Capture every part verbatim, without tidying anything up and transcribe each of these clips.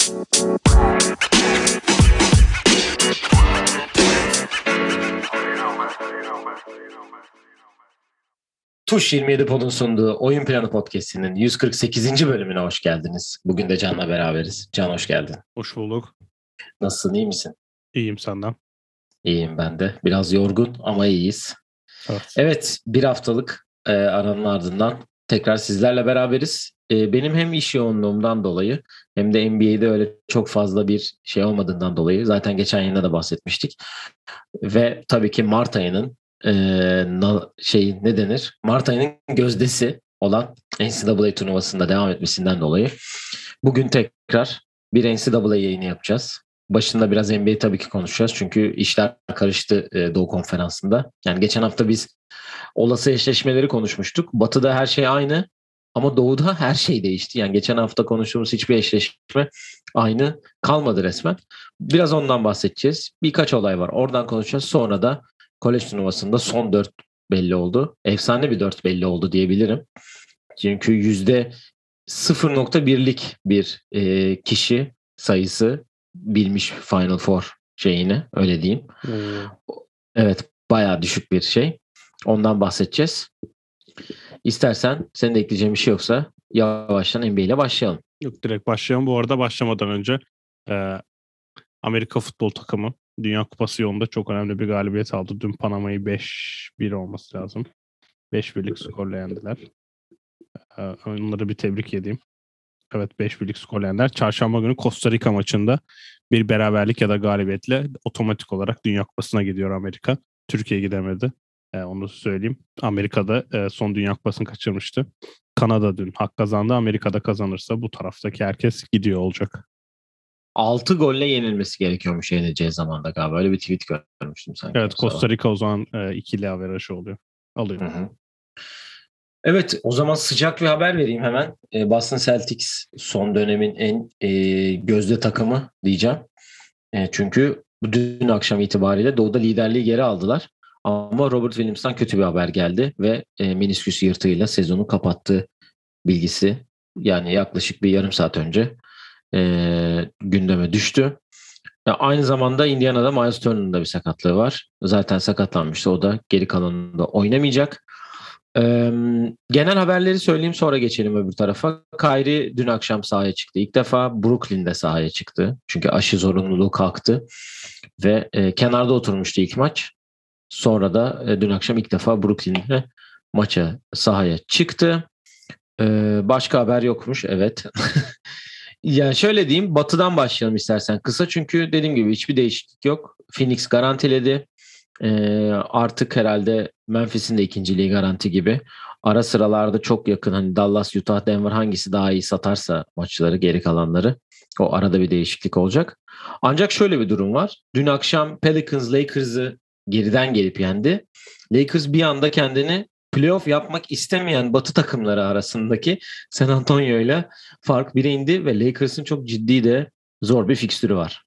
Tuş yirmi yedi Pod'un sunduğu Oyun Planı Podcast'inin yüz kırk sekizinci bölümüne hoş geldiniz. Bugün de Can'la beraberiz. Can, hoş geldin. Hoş bulduk. Nasılsın, iyi misin? İyiyim, senden. İyiyim ben de. Biraz yorgun ama iyiyiz. Evet, evet bir haftalık e, aranın ardından tekrar sizlerle beraberiz. E, benim hem iş yoğunluğumdan dolayı hem de N B A'de öyle çok fazla bir şey olmadığından dolayı zaten geçen yayında da bahsetmiştik. Ve tabii ki Mart ayının e, na, şey ne denir? Mart ayının gözdesi olan N C double A turnuvasında devam etmesinden dolayı bugün tekrar bir N C double A yayını yapacağız. Başında biraz N B A tabii ki konuşacağız. Çünkü işler karıştı e, Doğu Konferansı'nda. Yani geçen hafta biz olası eşleşmeleri konuşmuştuk. Batı'da her şey aynı ama Doğu'da her şey değişti. Yani geçen hafta konuştuğumuz hiçbir eşleşme aynı kalmadı resmen. Biraz ondan bahsedeceğiz. Birkaç olay var. Oradan konuşacağız. Sonra da kolej turnuvasında son dört belli oldu. Efsane bir dört belli oldu diyebilirim. Çünkü yüzde sıfır nokta birlik bir e, kişi sayısı bilmiş Final Four şeyini, öyle diyeyim. Hmm. Evet, bayağı düşük bir şey. Ondan bahsedeceğiz. İstersen senin de ekleyeceğin bir şey yoksa yavaştan N B A ile başlayalım. Yok, direkt başlayalım. Bu arada başlamadan önce e, Amerika futbol takımı Dünya Kupası yolunda çok önemli bir galibiyet aldı. Dün Panama'yı beş bir olması lazım. beş birlik skorla yendiler. E, onları bir tebrik edeyim. Evet, beş birlik skorla yendiler. Çarşamba günü Costa Rica maçında bir beraberlik ya da galibiyetle otomatik olarak Dünya Kupası'na gidiyor Amerika. Türkiye gidemedi. E, onu söyleyeyim. Amerika'da e, son Dünya Kupası'nı kaçırmıştı. Kanada dün hak kazandı. Amerika'da kazanırsa bu taraftaki herkes gidiyor olacak. altı golle yenilmesi gerekiyormuş yenileceği zamanda galiba. Öyle bir tweet görmüştüm sanki. Evet, Costa Rica o zaman e, ikili averajı oluyor. Alıyor. Hı hı. Evet, o zaman sıcak bir haber vereyim hemen. E, Boston Celtics son dönemin en e, gözde takımı diyeceğim. E, çünkü dün akşam itibariyle Doğu'da liderliği geri aldılar. Ama Robert Williams'tan kötü bir haber geldi ve e, menisküs yırtığıyla sezonu kapattığı bilgisi, yani yaklaşık bir yarım saat önce e, gündeme düştü. Ya aynı zamanda Indiana'da Miles Turner'ın da bir sakatlığı var. Zaten sakatlanmıştı. O da geri kalanında oynamayacak. Ee, genel haberleri söyleyeyim, sonra geçelim öbür tarafa. Kyrie dün akşam sahaya çıktı. İlk defa Brooklyn'de sahaya çıktı. Çünkü aşı zorunluluğu kalktı. Ve e, kenarda oturmuştu ilk maç. Sonra da e, dün akşam ilk defa Brooklyn'de maça sahaya çıktı. Ee, başka haber yokmuş. Evet. Yani şöyle diyeyim, Batı'dan başlayalım istersen kısa, çünkü dediğim gibi hiçbir değişiklik yok. Phoenix garantiledi. Ee, artık herhalde Memphis'in de ikinciliği garanti gibi. Ara sıralarda çok yakın, hani Dallas, Utah, Denver hangisi daha iyi satarsa maçları, geri kalanları, o arada bir değişiklik olacak. Ancak şöyle bir durum var. Dün akşam Pelicans Lakers'ı geriden gelip yendi. Lakers bir anda kendini playoff yapmak istemeyen Batı takımları arasındaki San Antonio ile fark bire indi ve Lakers'ın çok ciddi de zor bir fikstürü var.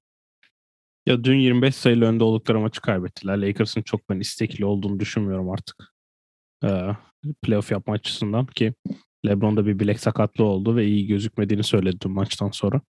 Ya dün yirmi beş sayılı önde oldukları maçı kaybettiler. Lakers'ın çok ben istekli olduğunu düşünmüyorum artık. Ee, playoff yapma açısından, ki LeBron'da bir bilek sakatlığı oldu ve iyi gözükmediğini söyledi dün maçtan sonra.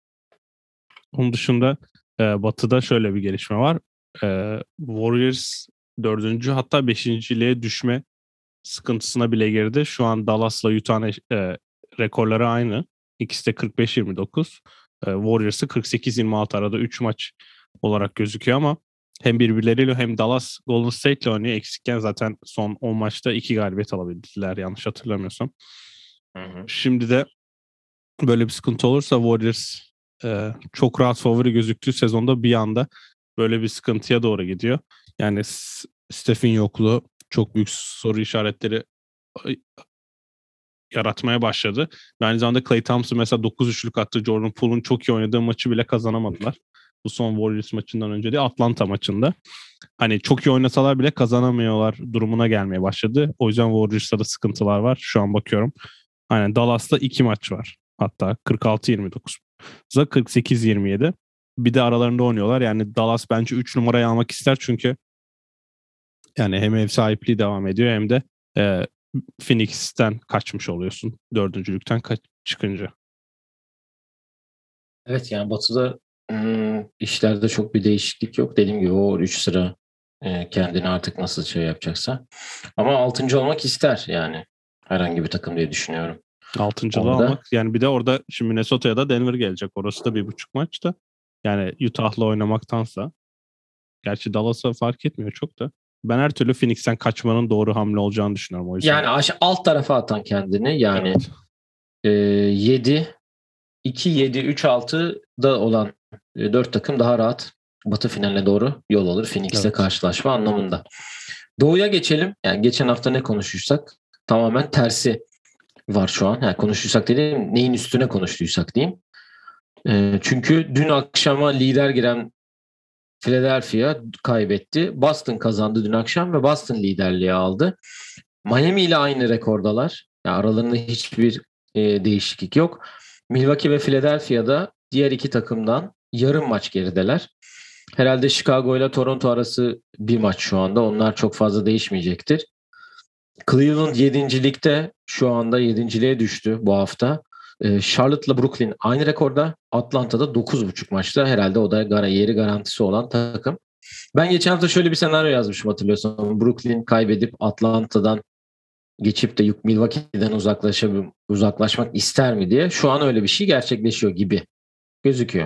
Onun dışında e, Batı'da şöyle bir gelişme var. E, Warriors dördüncü hatta beşinciliğe düşme sıkıntısına bile girdi. Şu an Dallas'la Utah'ın e, rekorları aynı. İkisi de kırk beş yirmi dokuz. E, Warriors'ı kırk sekiz yirmi altı, arada üç maç olarak gözüküyor ama hem birbirleriyle hem Dallas Golden State'le oynuyor. Eksikken zaten son on maçta iki galibiyet alabildiler yanlış hatırlamıyorsam. Hı hı. Şimdi de böyle bir sıkıntı olursa Warriors e, çok rahat favori gözüktüğü sezonda bir anda böyle bir sıkıntıya doğru gidiyor. Yani Steph'in yokluğu çok büyük soru işaretleri yaratmaya başladı. Ve aynı zamanda Klay Thompson mesela dokuz üçlük attı. Jordan Poole'un çok iyi oynadığı maçı bile kazanamadılar. Bu son Warriors maçından önce değil, Atlanta maçında. Hani çok iyi oynasalar bile kazanamıyorlar durumuna gelmeye başladı. O yüzden Warriors'ta da sıkıntılar var. Şu an bakıyorum. Aynen, Dallas'ta iki maç var. Hatta kırk altı yirmi dokuz. kırk sekiz yirmi yedi. Bir de aralarında oynuyorlar. Yani Dallas bence üç numarayı almak ister çünkü yani hem ev sahipliği devam ediyor hem de e, Phoenix'ten kaçmış oluyorsun. Dördüncülükten kaç çıkınca. Evet yani Batı'da hmm, işlerde çok bir değişiklik yok. Dediğim gibi o üç sıra e, kendini artık nasıl şey yapacaksa. Ama altıncı olmak ister yani herhangi bir takım diye düşünüyorum. Altıncılığı Orada almak. Yani bir de orada şimdi Minnesota'ya da Denver gelecek. Orası da bir buçuk maçta. Yani Utah'la oynamaktansa. Gerçi Dallas'a fark etmiyor çok da. Ben her türlü Phoenix'ten kaçmanın doğru hamle olacağını düşünüyorum o yüzden. yani aşağı, alt tarafa atan kendini yani Evet. e, yedi iki yedi üç altı da olan e, dört takım daha rahat Batı finaline doğru yol alır Phoenix'le Evet. karşılaşma anlamında. Doğu'ya geçelim. Yani geçen hafta ne konuşursak tamamen tersi var şu an. Yani konuştuysak dediğim neyin üstüne konuştuysak diyeyim. E, çünkü dün akşama lider giren Philadelphia kaybetti. Boston kazandı dün akşam ve Boston liderliği aldı. Miami ile aynı rekordalar. Yani aralarında hiçbir e, değişiklik yok. Milwaukee ve Philadelphia'da diğer iki takımdan yarım maç gerideler. Herhalde Chicago ile Toronto arası bir maç şu anda. Onlar çok fazla değişmeyecektir. Cleveland yedincilikte şu anda yedinciliğe düştü bu hafta. Ee, Charlotte'la Brooklyn aynı rekorda. Atlanta'da dokuz buçuk maçta. Herhalde o da gara, yeri garantisi olan takım. Ben geçen hafta şöyle bir senaryo yazmışım hatırlıyorsan. Brooklyn kaybedip Atlanta'dan geçip de Milwaukee'den uzaklaşa, uzaklaşmak ister mi diye. Şu an öyle bir şey gerçekleşiyor gibi gözüküyor.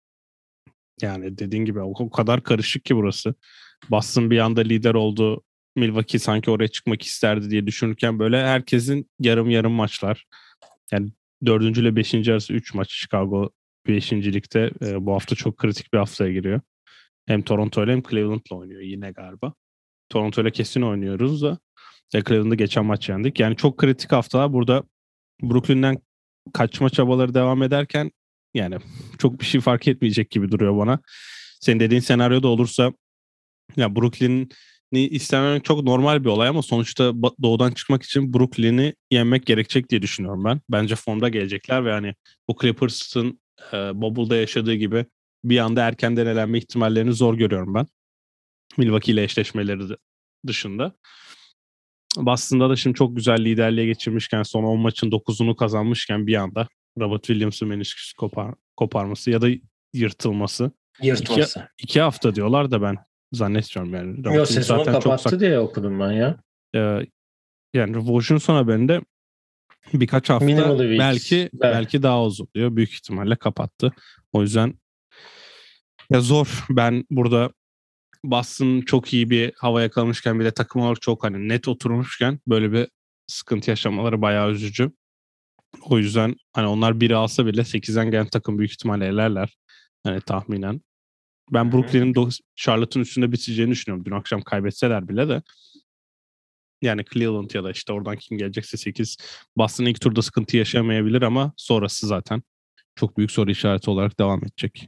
Yani dediğin gibi o kadar karışık ki burası. Boston bir anda lider oldu. Milwaukee sanki oraya çıkmak isterdi diye düşünürken böyle herkesin yarım yarım maçlar. Yani dördüncü ile beşinci arası üç maç. Chicago beşincilikte e, bu hafta çok kritik bir haftaya giriyor. Hem Toronto ile hem Cleveland'la oynuyor yine galiba. Toronto ile kesin oynuyoruz da. Ya Cleveland'ı geçen maç yendik. Yani çok kritik haftalar. Burada Brooklyn'den kaçma çabaları devam ederken yani çok bir şey fark etmeyecek gibi duruyor bana. Senin dediğin senaryoda olursa ya Brooklyn'i istememek çok normal bir olay ama sonuçta doğudan çıkmak için Brooklyn'i yenmek gerekecek diye düşünüyorum ben. Bence formda gelecekler ve hani bu Clippers'ın e, Bubble'da yaşadığı gibi bir anda erkenden elenme ihtimallerini zor görüyorum ben. Milwaukee ile eşleşmeleri dışında. Boston'da da şimdi çok güzel liderliğe geçirmişken son on maçın dokuzunu kazanmışken bir anda Robert Williams'ın menisküs kopar, koparması ya da yırtılması. İki, Yırtması. iki hafta diyorlar da ben zannetmiyorum yani. Robert Yo Williams sezonu zaten çok sak. kapattı diye okudum ben ya. Ee, yani Woj'un son haberinde birkaç hafta Minimal weeks. belki Be. belki daha uzun diyor. Büyük ihtimalle kapattı. O yüzden ya zor. Ben burada Boston çok iyi bir hava yakalamışken bir de takım olarak çok hani net oturmuşken böyle bir sıkıntı yaşamaları bayağı üzücü. O yüzden hani onlar biri alsa bile sekizden gelen takım büyük ihtimalle elerler. Hani tahminen. Hı Ben hı. Brooklyn'in Charlotte'un üstünde biteceğini düşünüyorum. Dün akşam kaybetseler bile de. Yani Cleveland ya da işte oradan kim gelecekse sekiz. Boston ilk turda sıkıntı yaşamayabilir ama sonrası zaten çok büyük soru işareti olarak devam edecek.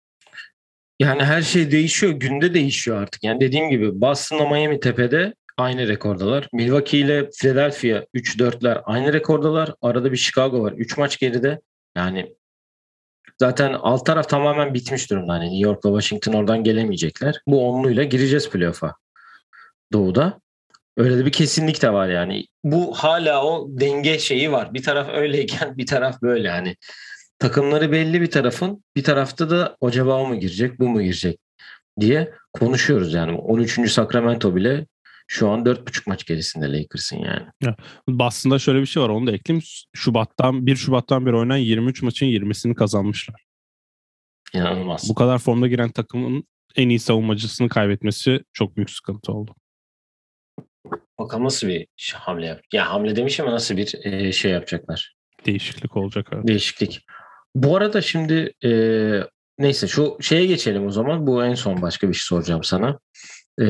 Yani her şey değişiyor. Günde değişiyor artık. Yani dediğim gibi Boston'la Miami tepede aynı rekordalar. Milwaukee ile Philadelphia üç dörtler aynı rekordalar. Arada bir Chicago var. üç maç geride. Yani zaten alt taraf tamamen bitmiş durumda. Hani New York'la Washington oradan gelemeyecekler. Bu onluyla gireceğiz playoff'a Doğu'da. Öyle de bir kesinlik de var yani. Bu hala o denge şeyi var. Bir taraf öyleyken bir taraf böyle yani. Takımları belli bir tarafın. Bir tarafta da acaba o mu girecek, bu mu girecek diye konuşuyoruz yani. on üçüncü Sacramento bile şu an dört buçuk maç gerisinde Lakers'ın yani. Ya, Boston'da şöyle bir şey var onu da ekleyeyim. Şubat'tan bir Şubat'tan beri oynanan yirmi üç maçın yirmisini kazanmışlar. Bu İnanılmaz. kadar formda giren takımın en iyi savunmacısını kaybetmesi çok büyük sıkıntı oldu. Bakalım nasıl bir hamle yap. Ya hamle demiş ama nasıl bir e, şey yapacaklar. Değişiklik olacak evet. Değişiklik. Bu arada şimdi e, neyse şu şeye geçelim o zaman. Bu en son başka bir şey soracağım sana. E,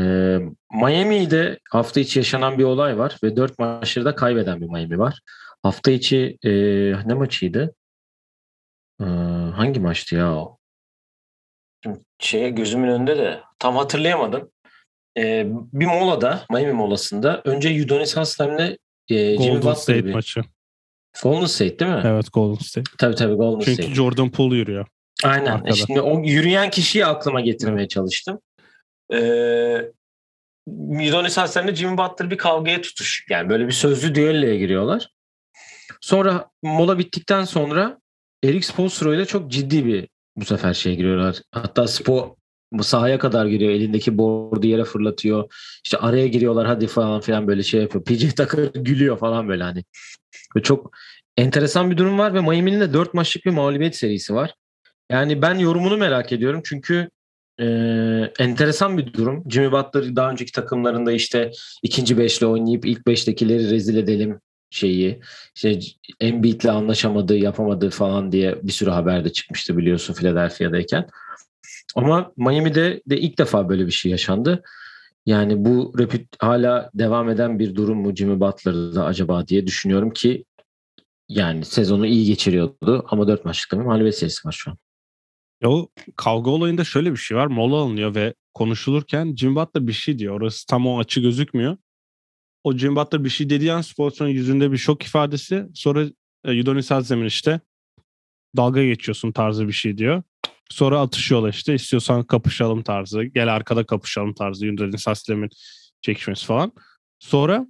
Miami'de hafta içi yaşanan bir olay var ve dört maçları da kaybeden bir Miami var. Hafta içi e, ne maçıydı? E, hangi maçtı ya o? Şimdi şeye gözümün önünde de tam hatırlayamadım. E, bir molada, Miami molasında önce Udonis Haslem'le e, Jimmy Golden Butler State bir maçı. Golden State değil mi? Evet Golden State. Tabii tabii Golden Çünkü State. Jordan Poole yürüyor Aynen. E arkada. Şimdi o yürüyen kişiyi aklıma getirmeye Evet. çalıştım. Ee, Udonis Haslem'le Jimmy Butler bir kavgaya tutuş. Yani böyle bir sözlü düelloya giriyorlar. Sonra mola bittikten sonra Eric Spoelstra ile çok ciddi bir bu sefer şey giriyorlar. Hatta Spo bu sahaya kadar giriyor. Elindeki board'u yere fırlatıyor. İşte araya giriyorlar hadi falan filan böyle şey yapıyor. P J Tucker gülüyor falan böyle hani. Ve çok enteresan bir durum var ve Miami'nin de dört maçlık bir mağlubiyet serisi var. Yani ben yorumunu merak ediyorum çünkü e, enteresan bir durum. Jimmy Butler daha önceki takımlarında işte ikinci beşle oynayıp ilk beştekileri rezil edelim şeyi. İşte Embiid'le anlaşamadığı, yapamadığı falan diye bir sürü haber de çıkmıştı biliyorsun Philadelphia'dayken. Ama Miami'de de ilk defa böyle bir şey yaşandı. Yani bu reput hala devam eden bir durum mu Jimmy Butler'da acaba diye düşünüyorum ki yani sezonu iyi geçiriyordu ama dört maçlıkta bir mağlubiyet serisi var şu an. Ya o kavga olayında şöyle bir şey var. Mola alınıyor ve konuşulurken Jimmy Butler bir şey diyor. Orası tam o açı gözükmüyor. O Jimmy Butler bir şey dediği an sporcunun yüzünde bir şok ifadesi. Sonra e, Udonis Haslem işte dalga geçiyorsun tarzı bir şey diyor. Sonra atışıyorlar işte. İstiyorsan kapışalım tarzı. Gel arkada kapışalım tarzı. Udonis Haslem'in çekişmesi falan. Sonra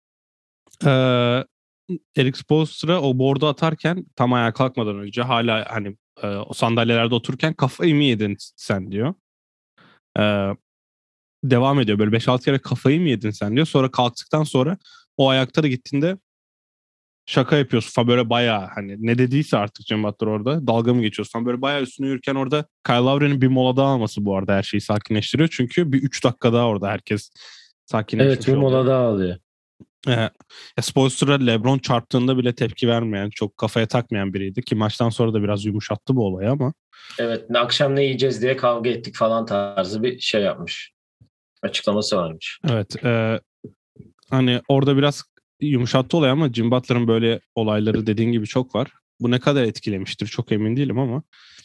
e, Eric Spoelstra o board'u atarken tam ayağa kalkmadan önce hala hani e, o sandalyelerde otururken kafayı mı yedin sen diyor. E, devam ediyor. Böyle beş altı kere kafayı mı yedin sen diyor. Sonra kalktıktan sonra o ayakları gittiğinde şaka yapıyorsun falan böyle bayağı hani ne dediyse artık Cem Butler orada dalga mı geçiyorsun falan böyle bayağı üstüne yürürken orada Kyle Lowry'nin bir mola daha alması bu arada her şeyi sakinleştiriyor. Çünkü bir üç dakika daha orada herkes Evet sakinleşmiş bir oluyor. mola daha alıyor. Ee, ya Spoelstra LeBron çarptığında bile tepki vermeyen, çok kafaya takmayan biriydi ki maçtan sonra da biraz yumuşattı bu olayı ama. Evet ne akşam ne yiyeceğiz diye kavga ettik falan tarzı bir şey yapmış. Açıklaması varmış. Evet, e, hani orada biraz yumuşattı olayı ama Jim Butler'ın böyle olayları dediğin gibi çok var. Bu ne kadar etkilemiştir çok emin değilim ama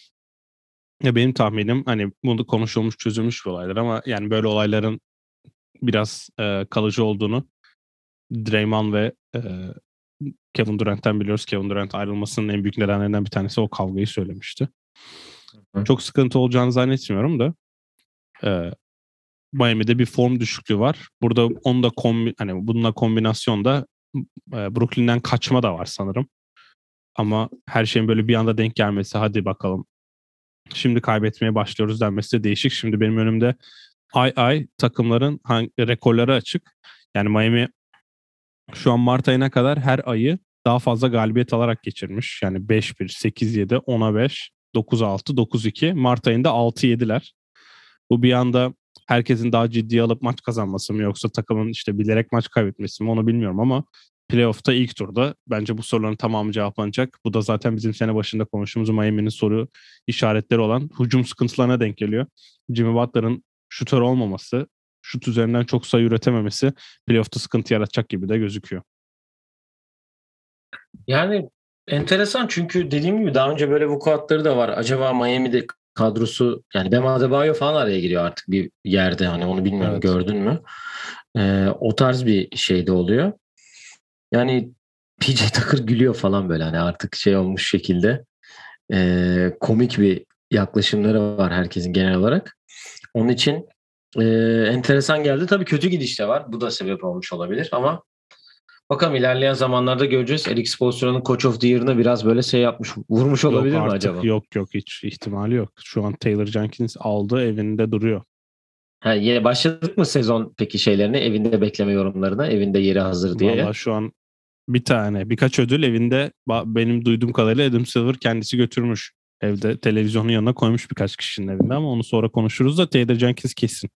ya benim tahminim hani bunu konuşulmuş çözülmüş bir olaylar ama yani böyle olayların biraz e, kalıcı olduğunu Draymond ve e, Kevin Durant'ten biliyoruz. Kevin Durant ayrılmasının en büyük nedenlerinden bir tanesi o kavgayı söylemişti. Hı. Çok sıkıntı olacağını zannetmiyorum da e, Miami'de bir form düşüklüğü var. Burada onu da kombi, hani bununla kombinasyonda e, Brooklyn'den kaçma da var sanırım. Ama her şeyin böyle bir anda denk gelmesi hadi bakalım şimdi kaybetmeye başlıyoruz denmesi de değişik. Şimdi benim önümde ay ay takımların hangi, rekorları açık. Yani Miami şu an Mart ayına kadar her ayı daha fazla galibiyet alarak geçirmiş. Yani beş bir, sekiz yedi, ona beş, dokuz altı, dokuz iki. Mart ayında altı yediler. Bu bir anda herkesin daha ciddiye alıp maç kazanması mı yoksa takımın işte bilerek maç kaybetmesi mi onu bilmiyorum ama playoff'ta ilk turda bence bu soruların tamamı cevaplanacak. Bu da zaten bizim sene başında konuştuğumuz Miami'nin soru işaretleri olan hücum sıkıntılarına denk geliyor. Jimmy Butler'ın şutör olmaması, şut üzerinden çok sayı üretememesi playoff'ta sıkıntı yaratacak gibi de gözüküyor. Yani enteresan çünkü dediğim gibi daha önce böyle vukuatları da var. Acaba Miami'de kadrosu yani Bam Adebayo falan araya giriyor artık bir yerde hani onu bilmiyorum Evet. gördün mü? Ee, o tarz bir şey de oluyor. Yani P J Tucker gülüyor falan böyle hani artık şey olmuş şekilde Ee, komik bir yaklaşımları var herkesin genel olarak. Onun için e, enteresan geldi. Tabii kötü gidiş de var. Bu da sebep olmuş olabilir ama bakalım ilerleyen zamanlarda göreceğiz. Eric Spoelstra'nın Coach of the Year'ını biraz böyle şey yapmış, vurmuş Yok olabilir mi artık acaba? yok yok hiç ihtimali yok. Şu an Taylor Jenkins aldı evinde duruyor. Ha, yine başladık mı sezon peki şeylerine, evinde bekleme yorumlarına, evinde yeri hazır Vallahi diye? şu an bir tane birkaç ödül evinde benim duyduğum kadarıyla Adam Silver kendisi götürmüş. Evde televizyonun yanına koymuş birkaç kişinin evinde ama onu sonra konuşuruz da Taylor Jenkins kesin.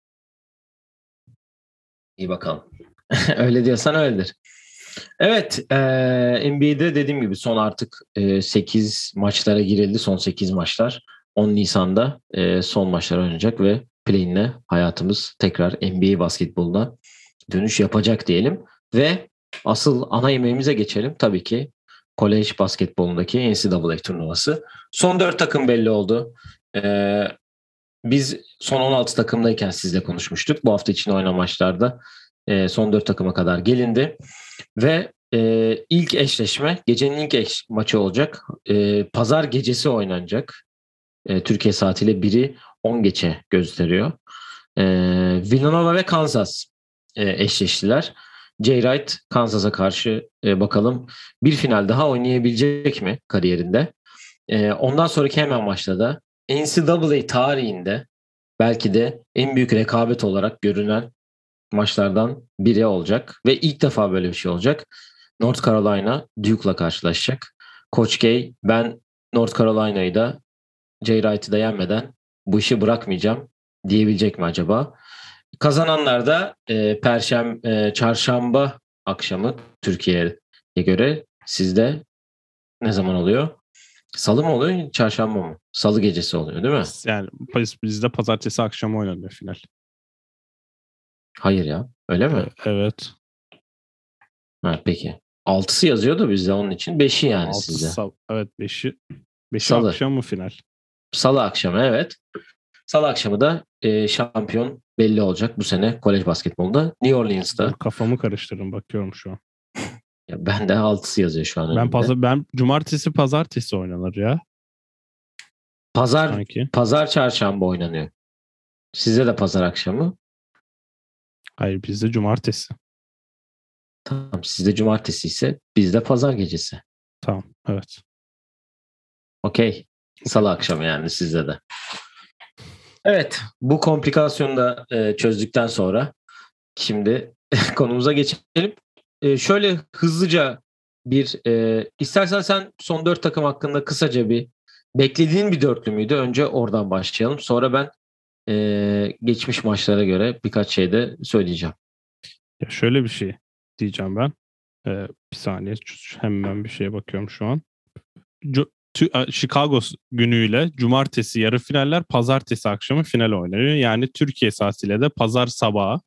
İyi bakalım. Öyle diyorsan öyledir. Evet, e, N B A'de dediğim gibi son artık e, sekiz maçlara girildi. Son sekiz maçlar. on Nisan'da e, son maçlar oynanacak ve play-in'le hayatımız tekrar N B A basketboluna dönüş yapacak diyelim. Ve asıl ana yemeğimize geçelim. Tabii ki kolej basketbolundaki N C A A turnuvası. Son dört takım belli oldu. E, biz son on altı takımdayken sizle konuşmuştuk. Bu hafta için oynanan maçlarda e, son dört takıma kadar gelindi. Ve e, ilk eşleşme gecenin ilk eş maçı olacak. E, Pazar gecesi oynanacak. E, Türkiye saatiyle biri on geçe gösteriyor. E, Villanova ve Kansas e, eşleştiler. Jay Wright Kansas'a karşı e, bakalım bir final daha oynayabilecek mi kariyerinde? E, ondan sonraki hemen maçta da N C A A tarihinde belki de en büyük rekabet olarak görünen maçlardan biri olacak. Ve ilk defa böyle bir şey olacak. North Carolina Duke'la karşılaşacak. Coach K, ben North Carolina'yı da Jay Wright'ı da yenmeden bu işi bırakmayacağım diyebilecek mi acaba? Kazananlar da e, Perşembe, e, Çarşamba akşamı Türkiye'ye göre, sizde ne zaman oluyor? Salı mı oluyor, Çarşamba mı? Salı gecesi oluyor değil mi? Yani bizde pazartesi akşamı oynanıyor final. Hayır ya, öyle mi? Ee, evet. Ha, peki. altısı yazıyordu bizde onun için. beşi yani Altı sizde. sal- evet beşi beşi Salı. akşam mı final? Salı akşamı, evet. Salı akşamı da e, şampiyon belli olacak bu sene kolej basketbolunda. New Orleans'ta. Dur, kafamı karıştırdım, bakıyorum şu an. Ya ben de altısı yazıyor şu an Ben önümde. pazar ben cumartesi pazartesi oynanır ya. Pazar Sanki. pazar çarşamba oynanıyor. Sizde de pazar akşamı. Hayır, bizde cumartesi. Tamam, sizde cumartesi ise bizde pazar gecesi. Tamam, evet. Okey. Salı akşamı yani sizde de. Evet, bu komplikasyonu da e, çözdükten sonra şimdi konumuza geçelim. E, şöyle hızlıca bir e, istersen sen son dört takım hakkında kısaca bir beklediğin bir dörtlü müydü? Önce oradan başlayalım. Sonra ben e, geçmiş maçlara göre birkaç şey de söyleyeceğim. Ya şöyle bir şey diyeceğim ben. Ee, bir saniye, hemen bir şeye bakıyorum şu an. Cu- Tü- Chicago günüyle cumartesi yarı finaller, pazartesi akşamı final oynanıyor. Yani Türkiye saatiyle de pazar sabahı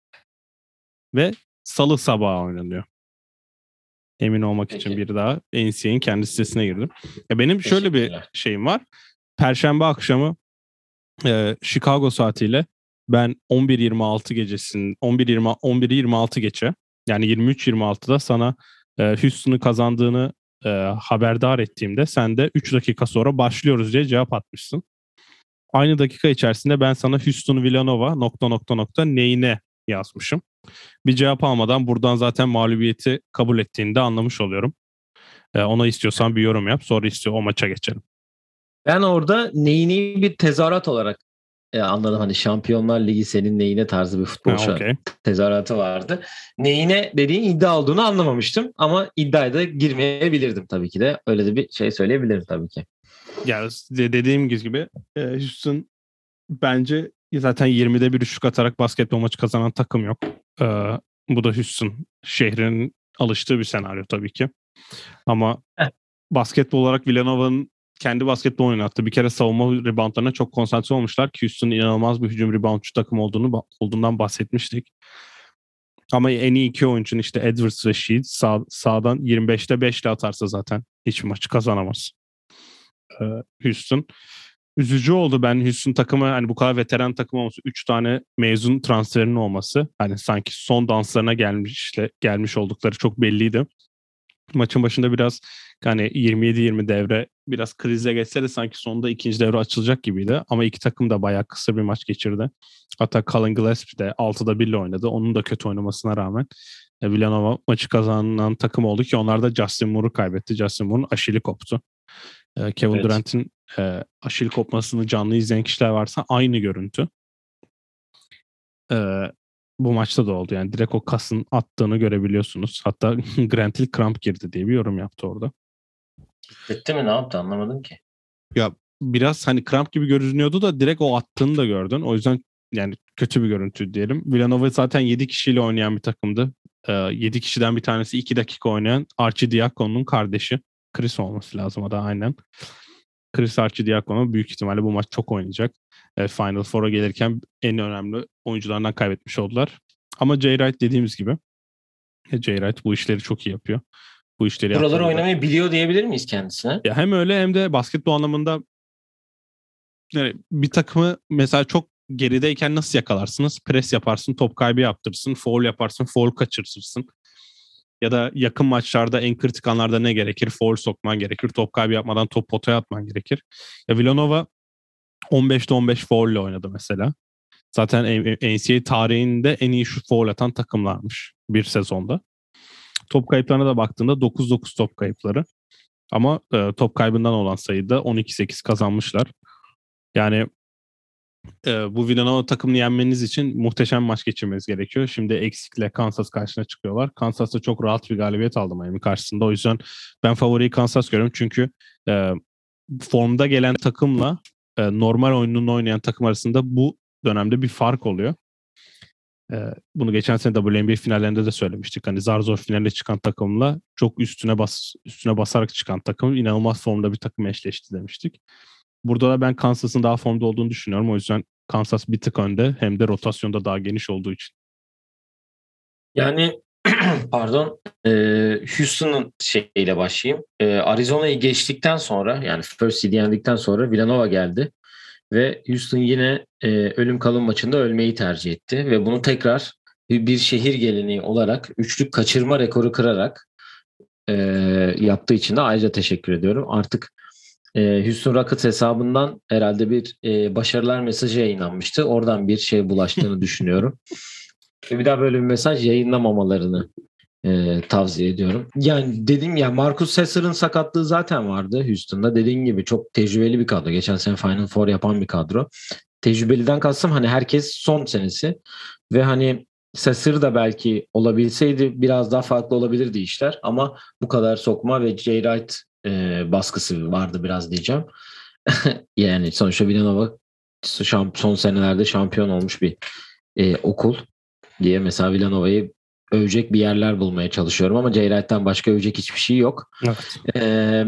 ve salı sabahı oynanıyor. Emin olmak Peki. için bir daha N C A A'nin kendi sitesine girdim. Ya benim şöyle bir şeyim var. Perşembe akşamı e, Chicago saatiyle ben on bir yirmi altı gecesinin on bir yirmi on bir yirmi altı geçe, yani yirmi üç yirmi altıda sana e, Houston'ın kazandığını e, haberdar ettiğimde sen de üç dakika sonra başlıyoruz diye cevap atmışsın. Aynı dakika içerisinde ben sana Houston Villanova nokta nokta nokta neyine yazmışım. Bir cevap almadan buradan zaten mağlubiyeti kabul ettiğini de anlamış oluyorum. E, ona istiyorsan bir yorum yap, sonra istiyor o maça geçelim. Ben orada neyini bir tezahürat olarak e, anladım. Hani Şampiyonlar Ligi senin neyine tarzı bir futbol Ha, okay. tezahüratı vardı. Neyine dediğin iddia olduğunu anlamamıştım ama iddiaya da girmeyebilirdim tabii ki de. Öyle de bir şey söyleyebilirim tabii ki. Ya dediğim gibi e, Houston bence zaten yirmide bir üçlük atarak basketbol maçı kazanan takım yok. E, bu da Houston şehrinin alıştığı bir senaryo tabii ki. Ama Heh. basketbol olarak Villanova'nın kendi basketbol oynattı. Bir kere savunma reboundlarına çok konsantre olmuşlar ki Houston'ın inanılmaz bir hücum reboundçu takım olduğunu olduğundan bahsetmiştik. Ama en iyi iki oyuncunun işte Edwards ve Sheed sağ, sağdan yirmi beşte beş ile atarsa zaten hiç maçı kazanamaz. Ee, Houston. Üzücü oldu, ben Houston takımı hani bu kadar veteran takım olması, üç tane mezun transferinin olması, hani sanki son danslarına gelmiş gelmiş oldukları çok belliydi. Maçın başında biraz hani yirmi yedi yirmi devre biraz krize geçse de sanki sonunda ikinci devre açılacak gibiydi. Ama iki takım da bayağı kısa bir maç geçirdi. Hatta Colin Gillespie de altıda bir ile oynadı. Onun da kötü oynamasına rağmen e, Villanova maçı kazanan takım oldu ki onlar da Justin Moore'u kaybetti. Justin Moore'un Aşili koptu. E, Kevin Evet. Durant'in e, Aşil kopmasını canlı izleyen kişiler varsa aynı görüntü. E, bu maçta da oldu. Yani direkt o kasın attığını görebiliyorsunuz. Hatta Grant Hill kramp girdi diye bir yorum yaptı orada. Hissetti mi, ne yaptı anlamadım ki. Ya biraz hani kramp gibi görünüyordu da direkt o attığını da gördün. O yüzden yani kötü bir görüntü diyelim. Villanova zaten yedi kişiyle oynayan bir takımdı. Ee, yedi kişiden bir tanesi iki dakika oynayan Arcidiacono'nun kardeşi. Chris olması lazım o da aynen. Chris Arcidiacono büyük ihtimalle bu maç çok oynayacak. E, Final Four'a gelirken en önemli oyuncularından kaybetmiş oldular. Ama Jay Wright dediğimiz gibi e, Jay Wright bu işleri çok iyi yapıyor. Bu işleri Buraları yaptığında oynamayı biliyor diyebilir miyiz kendisine? ya hem öyle hem de basketbol anlamında yani bir takımı mesela çok gerideyken nasıl yakalarsınız? Pres yaparsın, top kaybı yaptırırsın, foul yaparsın, foul kaçırırsın. Ya da yakın maçlarda en kritik anlarda ne gerekir? Foul sokman gerekir, top kaybı yapmadan top potaya atman gerekir. Ya Villanova on beşte on beş foul ile oynadı mesela. Zaten N C A A tarihinde en iyi şu foul atan takımlarmış bir sezonda. Top kayıplarına da baktığında dokuz dokuz top kayıpları. Ama e, top kaybından olan sayıda on iki sekiz kazanmışlar. Yani e, bu Villanova takımını yenmeniz için muhteşem maç geçirmeniz gerekiyor. Şimdi eksikle Kansas karşısına çıkıyorlar. Kansas'ta çok rahat bir galibiyet aldı Miami karşısında. O yüzden ben favoriyi Kansas görüyorum. Çünkü e, formda gelen takımla e, normal oyununu oynayan takım arasında bu dönemde bir fark oluyor. E, bunu geçen sene W N B A finallerinde de söylemiştik. Hani zar zor finale çıkan takımla çok üstüne bas üstüne basarak çıkan takım inanılmaz formda bir takım eşleşti demiştik. Burada da ben Kansas'ın daha formda olduğunu düşünüyorum. O yüzden Kansas bir tık önde, hem de rotasyonda daha geniş olduğu için. Yani pardon, e, Houston'un şeyiyle başlayayım. E, Arizona'yı geçtikten sonra, yani First Seed'i yendikten sonra Villanova geldi ve Houston yine e, ölüm kalım maçında ölmeyi tercih etti ve bunu tekrar bir, bir şehir geleneği olarak üçlük kaçırma rekoru kırarak e, yaptığı için de ayrıca teşekkür ediyorum. Artık e, Houston Rockets hesabından herhalde bir e, başarılar mesajı yayınlanmıştı. Oradan bir şey bulaştığını düşünüyorum. Ve bir daha böyle bir mesaj yayınlamamalarını e, tavsiye ediyorum. Yani dedim ya, Marcus Sasser'ın sakatlığı zaten vardı Houston'da. Dediğin gibi çok tecrübeli bir kadro. Geçen sene Final Four yapan bir kadro. Tecrübeliden kastım hani herkes son senesi ve hani Sasser da belki olabilseydi biraz daha farklı olabilirdi işler, ama bu kadar sokma ve Jay Wright e, baskısı vardı biraz diyeceğim. Yani sonuçta Villanova son senelerde şampiyon olmuş bir e, okul diye mesela Villanova'yı övecek bir yerler bulmaya çalışıyorum, ama Jay Wright'tan başka övecek hiçbir şey yok. Evet. Ee,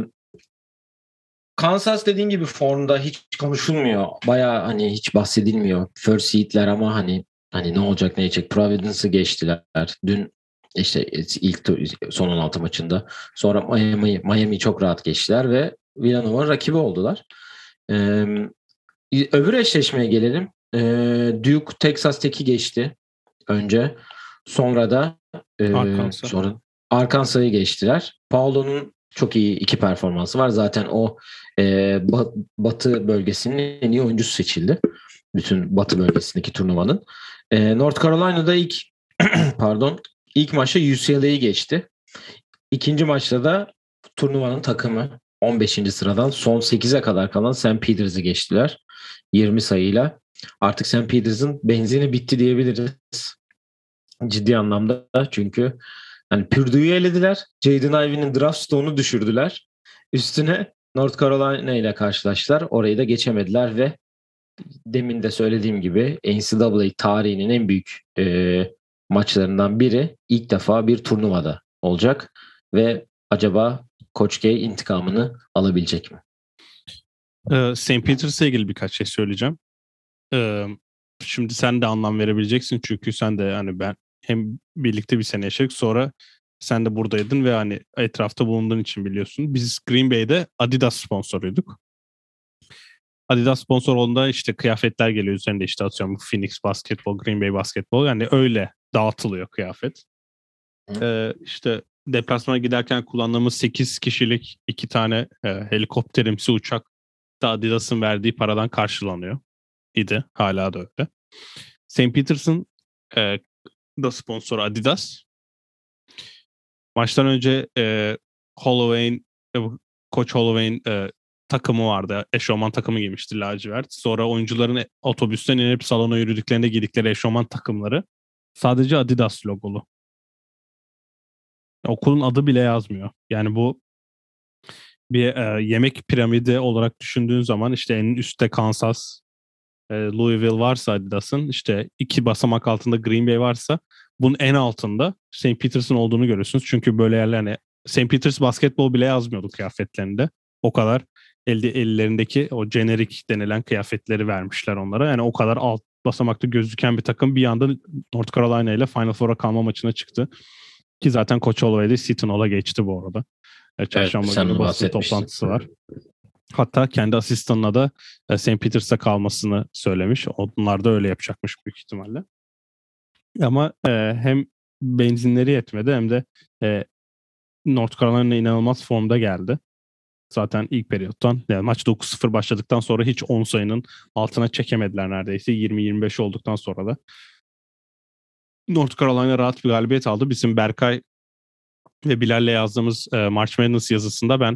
Kansas dediğin gibi formda hiç konuşulmuyor. Baya hani hiç bahsedilmiyor. First seed'ler ama hani hani ne olacak ne olacak. Providence'ı geçtiler. Dün işte ilk son on altı maçında. Sonra Miami Miami'yi çok rahat geçtiler ve Villanova rakibi oldular. Ee, öbür eşleşmeye gelelim. Ee, Duke Texas Tech'i geçti önce. Sonra da e, Arkansas. sonra Arkansas'ı geçtiler. Paulo'nun çok iyi iki performansı var. Zaten o e, Batı bölgesinin en iyi oyuncusu seçildi. Bütün Batı bölgesindeki turnuvanın. E, North Carolina'da ilk pardon ilk maçta U C L A'yı geçti. İkinci maçta da turnuvanın takımı on beşinci sıradan son sekize kadar kalan Saint Peters'ı geçtiler. yirmi sayıyla. Artık Saint Peters'ın benzini bitti diyebiliriz. Ciddi anlamda, çünkü hani Purdue'yu elediler. Jaden Ivey'nin draft stoğunu düşürdüler. Üstüne North Carolina ile karşılaştılar. Orayı da geçemediler ve demin de söylediğim gibi N C A A tarihinin en büyük e, maçlarından biri ilk defa bir turnuvada olacak ve acaba Coach K intikamını alabilecek mi? Ee, Saint Peters'la ilgili birkaç şey söyleyeceğim. Ee, şimdi sen de anlam verebileceksin, çünkü sen de hani ben hem birlikte bir sene yaşadık, sonra sen de buradaydın ve hani etrafta bulunduğun için biliyorsun. Biz Green Bay'de Adidas sponsoruyduk. Adidas sponsor olduğunda işte kıyafetler geliyor üzerinde, işte atıyorum Phoenix basketbol, Green Bay basketbol, yani öyle dağıtılıyor kıyafet. Ee, işte deplasmana giderken kullandığımız sekiz kişilik iki tane e, helikopterimsi uçak da Adidas'ın verdiği paradan karşılanıyor idi. Hala da öyle. Saint Peters'ın e, da sponsoru Adidas. Maçtan önce e, Holloway'in e, Koç Holloway'in e, takımı vardı. Eşofman takımı giymişti, lacivert. Sonra oyuncuların otobüsten inip salona yürüdüklerinde giydikleri eşofman takımları sadece Adidas logolu. Okulun adı bile yazmıyor. Yani bu bir e, yemek piramidi olarak düşündüğün zaman işte en üstte Kansas, e, Louisville varsa Adidas'ın, işte iki basamak altında Green Bay varsa bunun en altında Saint Peters'ın olduğunu görüyorsunuz. Çünkü böyle yerler, hani Saint Peters basketbol bile yazmıyordu kıyafetlerinde. O kadar elde, ellerindeki o jenerik denilen kıyafetleri vermişler onlara. Yani o kadar alt basamakta gözüken bir takım bir anda North Carolina ile Final Four'a kalma maçına çıktı. Ki zaten Coach Holloway'de Seton Hall'a geçti bu arada. Evet, Çarşamba sen günü onu basın bahsetmiştin. toplantısı var. Hatta kendi asistanına da Saint Peters'ta kalmasını söylemiş. Onlar da öyle yapacakmış büyük ihtimalle. Ama e, hem benzinleri yetmedi, hem de e, North Carolina inanılmaz formda geldi. Zaten ilk periyottan, yani maç dokuz sıfır başladıktan sonra hiç on sayının altına çekemediler neredeyse. yirmi yirmi beş olduktan sonra da North Carolina rahat bir galibiyet aldı. Bizim Berkay ve Bilal'le yazdığımız e, March Madness yazısında ben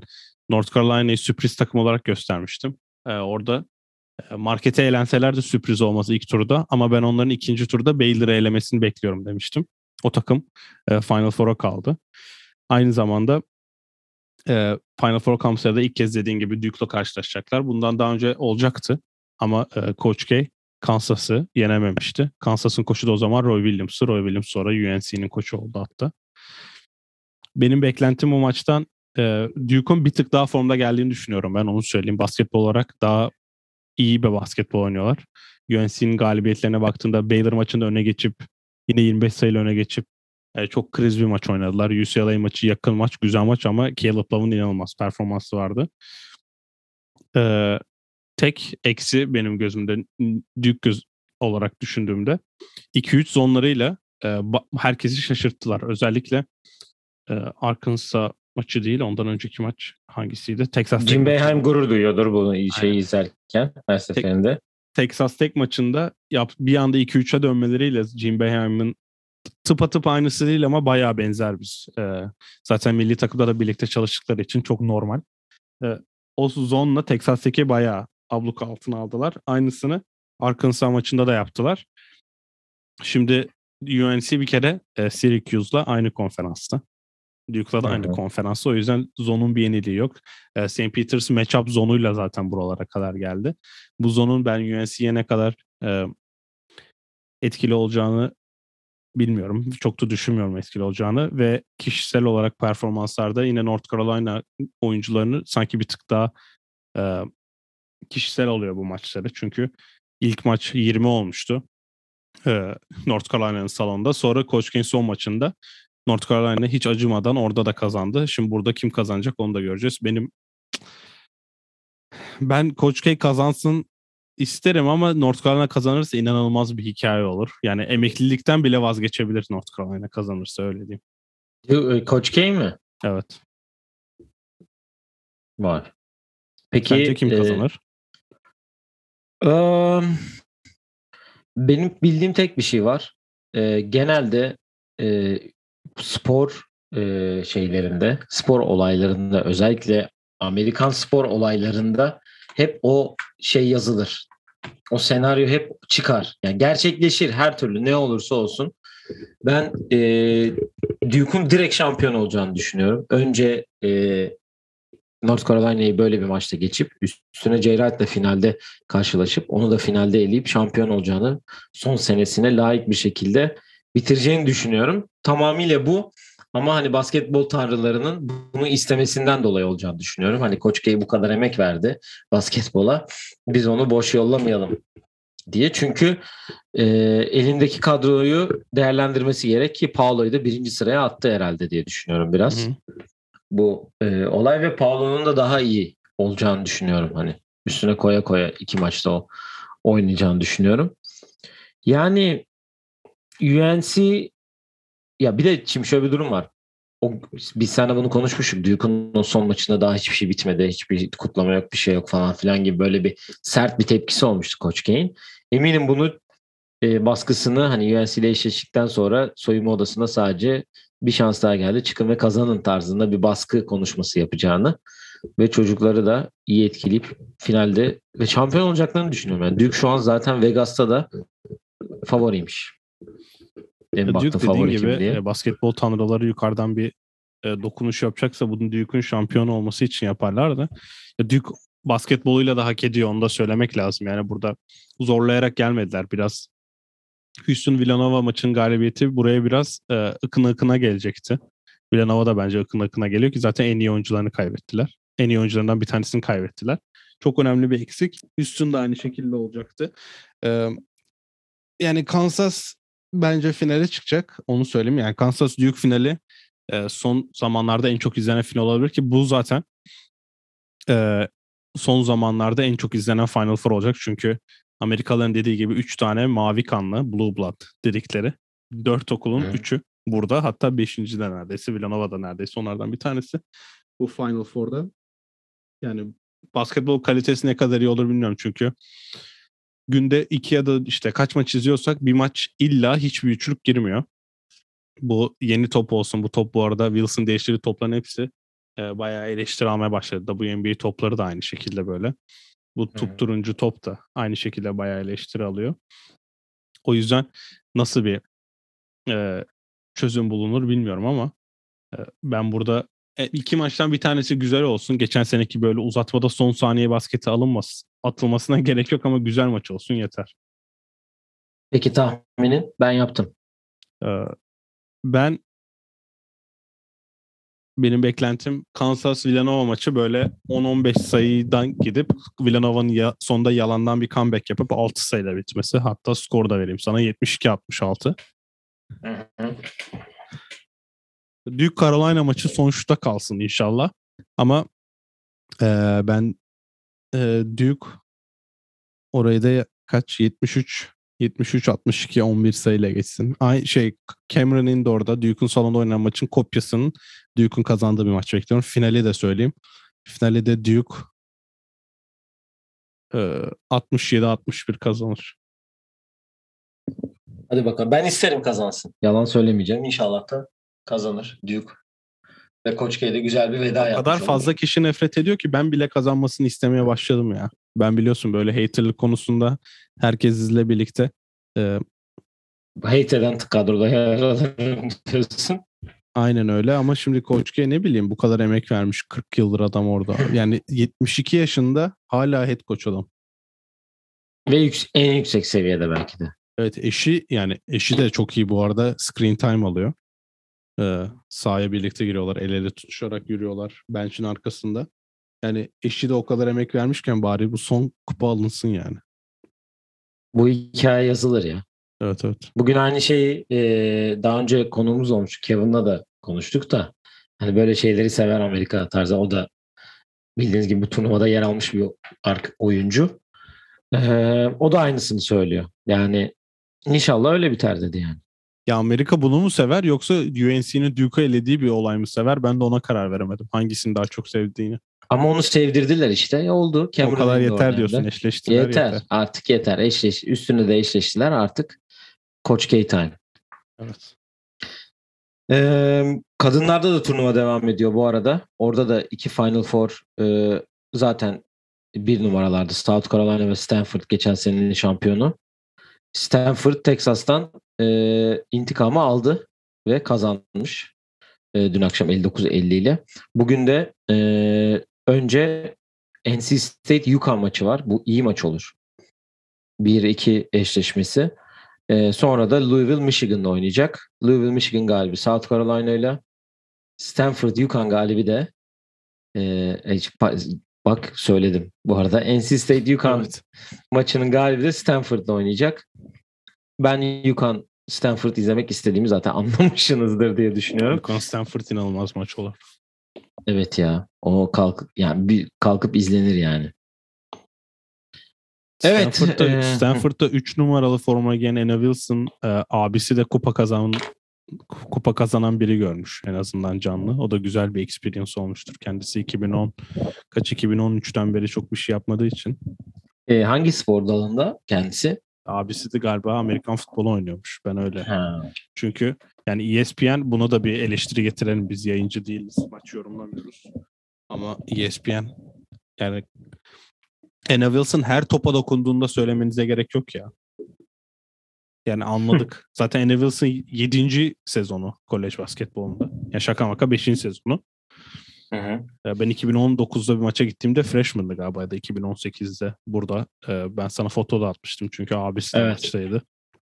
North Carolina'yı sürpriz takım olarak göstermiştim. Ee, orada markete elenseler de sürpriz olmaz ilk turda ama ben onların ikinci turda Baylor'ı elemesini bekliyorum demiştim. O takım e, Final Four'a kaldı. Aynı zamanda e, Final Four kampanyada ilk kez dediğin gibi Duke'la karşılaşacaklar. Bundan daha önce olacaktı ama e, Coach K Kansas'ı yenememişti. Kansas'ın koçu da o zaman Roy Williams'ı. Roy Williams sonra U N C'nin koçu oldu hatta. Benim beklentim bu maçtan e, Duke'un bir tık daha formda geldiğini düşünüyorum ben, onu söyleyeyim. Basketbol olarak daha iyi bir basketbol oynuyorlar. U N C'nin galibiyetlerine baktığında Baylor maçında öne geçip yine yirmi beş sayıyla öne geçip e, çok kriz bir maç oynadılar. U C L A maçı yakın maç, güzel maç ama Caleb Love'ın inanılmaz performansı vardı. E, tek eksi benim gözümde Duke göz olarak düşündüğümde iki üç zonlarıyla e, ba- herkesi şaşırttılar. Özellikle e, Arkansas maçı değil, ondan önceki maç hangisiydi? Texas Tech Jim maçı. Boeheim gurur duyuyordur bunu şeyi Aynen. izlerken her seferinde. Texas Tech maçında yap, bir anda iki üçe dönmeleriyle Jim Boeheim'in tıpatıp aynısı değil ama bayağı benzer biz. Ee, zaten milli takımda da birlikte çalıştıkları için çok normal. Ee, o zonla Texas Tech'i bayağı abluk altına aldılar. Aynısını Arkansas maçında da yaptılar. Şimdi U N C bir kere e, Syracuse'la aynı konferansta. Duke'la da aynı Hı hı. konferansta. O yüzden zonun bir yeniliği yok. E, Saint Peters matchup zonuyla zaten buralara kadar geldi. Bu zonun ben U N C'ye ne kadar e, etkili olacağını bilmiyorum. Çok da düşünmüyorum etkili olacağını ve kişisel olarak performanslarda yine North Carolina oyuncularını sanki bir tık daha e, kişisel oluyor bu maçları. Çünkü ilk maç yirmi olmuştu e, North Carolina'nın salonda. Sonra Coach K'in son maçında North Carolina hiç acımadan orada da kazandı. Şimdi burada kim kazanacak onu da göreceğiz. Benim ben Coach K kazansın isterim ama North Carolina kazanırsa inanılmaz bir hikaye olur. Yani emeklilikten bile vazgeçebilir North Carolina kazanırsa, öyle diyeyim. Du- Coach K mi? Evet. Var. Sence Peki kim e, kazanır? um, benim bildiğim tek bir şey var. E, genelde e, spor e, şeylerinde, spor olaylarında, özellikle Amerikan spor olaylarında hep o şey yazılır. O senaryo hep çıkar. Yani gerçekleşir her türlü ne olursa olsun. Ben e, Duke'un direkt şampiyon olacağını düşünüyorum. Önce e, North Carolina'yı böyle bir maçta geçip üstüne Ceyrat'la finalde karşılaşıp onu da finalde eleyip şampiyon olacağını, son senesine layık bir şekilde bitireceğini düşünüyorum. Tamamıyla bu, ama hani basketbol tanrılarının bunu istemesinden dolayı olacağını düşünüyorum. Hani Koç K bu kadar emek verdi basketbola. Biz onu boş yollamayalım diye. Çünkü e, elindeki kadroyu değerlendirmesi gerek ki Paolo'yu da birinci sıraya attı herhalde diye düşünüyorum biraz. Hı hı. Bu e, olay ve Paolo'nun da daha iyi olacağını düşünüyorum. Hani üstüne koya koya iki maçta o oynayacağını düşünüyorum. Yani U N C, ya bir de şimdi şöyle bir durum var. O, biz seninle bunu konuşmuştuk. Duke'un o son maçında daha hiçbir şey bitmedi. Hiçbir kutlama yok, bir şey yok falan filan gibi böyle bir sert bir tepkisi olmuştu Coach K'in. Eminim bunu e, baskısını hani U N C ile eşleştikten sonra soyunma odasına sadece bir şans daha geldi. Çıkın ve kazanın tarzında bir baskı konuşması yapacağını ve çocukları da iyi etkileyip finalde ve şampiyon olacaklarını düşünüyorum. Yani Duke şu an zaten Vegas'ta da favoriymiş. Benim Ya baktığım Duke dediğin favori kim gibi diye. e, basketbol tanrıları yukarıdan bir e, dokunuş yapacaksa bunu Duke'un şampiyon olması için yaparlar da. Ya Duke basketboluyla da hak ediyor, onu da söylemek lazım. Yani burada zorlayarak gelmediler. Biraz Houston Villanova maçın galibiyeti buraya biraz e, ıkına ıkına gelecekti. Villanova da bence ıkına ıkına geliyor ki zaten en iyi oyuncularını kaybettiler. En iyi oyuncularından bir tanesini kaybettiler. Çok önemli bir eksik. Houston da aynı şekilde olacaktı. E, yani Kansas bence finale çıkacak. Onu söyleyeyim. Yani Kansas Duke finali e, son zamanlarda en çok izlenen final olabilir ki bu zaten e, son zamanlarda en çok izlenen Final Four olacak. Çünkü Amerikalıların dediği gibi üç tane mavi kanlı Blue Blood dedikleri dört okulun Hı. üçü burada. Hatta beşinci de neredeyse. Villanova'da neredeyse onlardan bir tanesi. Bu Final Four'da. Yani basketbol kalitesi ne kadar iyi olur bilmiyorum çünkü günde iki ya da işte kaç maç izliyorsak bir maç illa hiçbir üçlük girmiyor. Bu yeni top olsun. Bu top bu arada Wilson değiştirdiği topların hepsi e, bayağı eleştiri almaya başladı. W N B A topları da aynı şekilde böyle. Bu tutturuncu top da aynı şekilde bayağı eleştiri alıyor. O yüzden nasıl bir e, çözüm bulunur bilmiyorum ama e, ben burada e, iki maçtan bir tanesi güzel olsun. Geçen seneki böyle uzatmada son saniye basketi alınmasın. Atılmasına gerek yok ama güzel maç olsun yeter. Peki tahminin? Ben yaptım. E, ben benim beklentim Kansas Villanova maçı böyle on on beş sayıdan gidip Villanova'nın ya, sonunda yalandan bir comeback yapıp altı sayıyla bitmesi. Hatta skor da vereyim sana yetmiş iki altmış altı. Hı hı. Duke Carolina maçı son şuta kalsın inşallah. Ama e, ben e, Duke orayı da kaç yetmiş üç yetmiş üç altmış iki on bir sayıyla geçsin. Ay şey Cameron Indoor'da Duke'un salonda oynanan maçın kopyasının Duke'un kazandığı bir maç bekliyorum. Finali de söyleyeyim. Finali de Duke e, altmış yedi altmış bir kazanır. Hadi bakalım. Ben isterim kazansın. Yalan söylemeyeceğim. İnşallah da kazanır Duke. Ve Koç K'de güzel bir veda O yapmış kadar olur. fazla kişi nefret ediyor ki ben bile kazanmasını istemeye başladım ya. Ben biliyorsun böyle haterlık konusunda herkesle birlikte e, Hate eden kadroda yer alırım diyorsun. aynen öyle ama şimdi Koç K ne bileyim bu kadar emek vermiş kırk yıldır adam orada. Yani yetmiş iki yaşında hala head coach adam. Ve yük- en yüksek seviyede belki de. Evet eşi yani eşi de çok iyi bu arada screen time alıyor. Ee, sahaya birlikte giriyorlar. El ele tutuşarak yürüyorlar bench'in arkasında. Yani eşi de o kadar emek vermişken bari bu son kupa alınsın yani. Bu hikaye yazılır ya. Evet evet. Bugün aynı şeyi e, daha önce konuğumuz olmuş. Kevin'la da konuştuk da. Hani böyle şeyleri sever Amerika tarzı. O da bildiğiniz gibi bu turnuvada yer almış bir ark oyuncu. Ee, o da aynısını söylüyor. Yani inşallah öyle biter dedi yani. Ya Amerika bunu mu sever yoksa U N C'nin Duke'a elediği bir olay mı sever? Ben de ona karar veremedim. Hangisini daha çok sevdiğini. Ama onu sevdirdiler işte. E, oldu. O kadar Cameron yeter Indoor'da diyorsun. hem de. Eşleştiler Yeter. yeter. Artık yeter. Eşleş, üstüne de eşleştiler artık. Coach K time. Evet. Ee, kadınlarda da turnuva devam ediyor bu arada. Orada da iki Final Four e, zaten bir numaralardı. South Carolina ve Stanford geçen senenin şampiyonu. Stanford Texas'tan e, intikamı aldı ve kazanmış. E, dün akşam elli dokuz elli ile. Bugün de e, önce N C State UConn maçı var. Bu iyi maç olur. bir iki eşleşmesi. E, sonra da Louisville Michigan'la oynayacak. Louisville Michigan galibi South Carolina ile. Stanford UConn galibi de e, bak söyledim bu arada. N C State UConn Evet. maçının galibi de Stanford'la oynayacak. Ben UConn Stanford izlemek istediğimi zaten anlamışsınızdır diye düşünüyorum. UConn Stanford inanılmaz maç olur. Evet ya. O kalkıp yani bir kalkıp izlenir yani. Evet. Stanford'da E, Stanford'da üç numaralı forma giyen Anna Wilson e, abisi de kupa kazanan kupa kazanan biri görmüş en azından canlı. O da güzel bir experience olmuştur. Kendisi iki bin on kaç iki bin on üçten beri çok bir şey yapmadığı için. e, hangi spor dalında kendisi? Abisi de galiba Amerikan futbolu oynuyormuş. Ben öyle. Ha. Çünkü yani E S P N buna da bir eleştiri getirelim. Biz yayıncı değiliz. Maç yorumlamıyoruz. Ama E S P N yani Anna Wilson her topa dokunduğunda söylemenize gerek yok ya. Yani anladık. Zaten Anna Wilson yedinci sezonu kolej basketbolunda. Ya şaka maka beşinci sezonu. Hı hı. Ben iki bin on dokuzda bir maça gittiğimde freshman'dı galiba ya da iki bin on sekizde burada. Ben sana foto da atmıştım çünkü abisi de Evet. maçtaydı.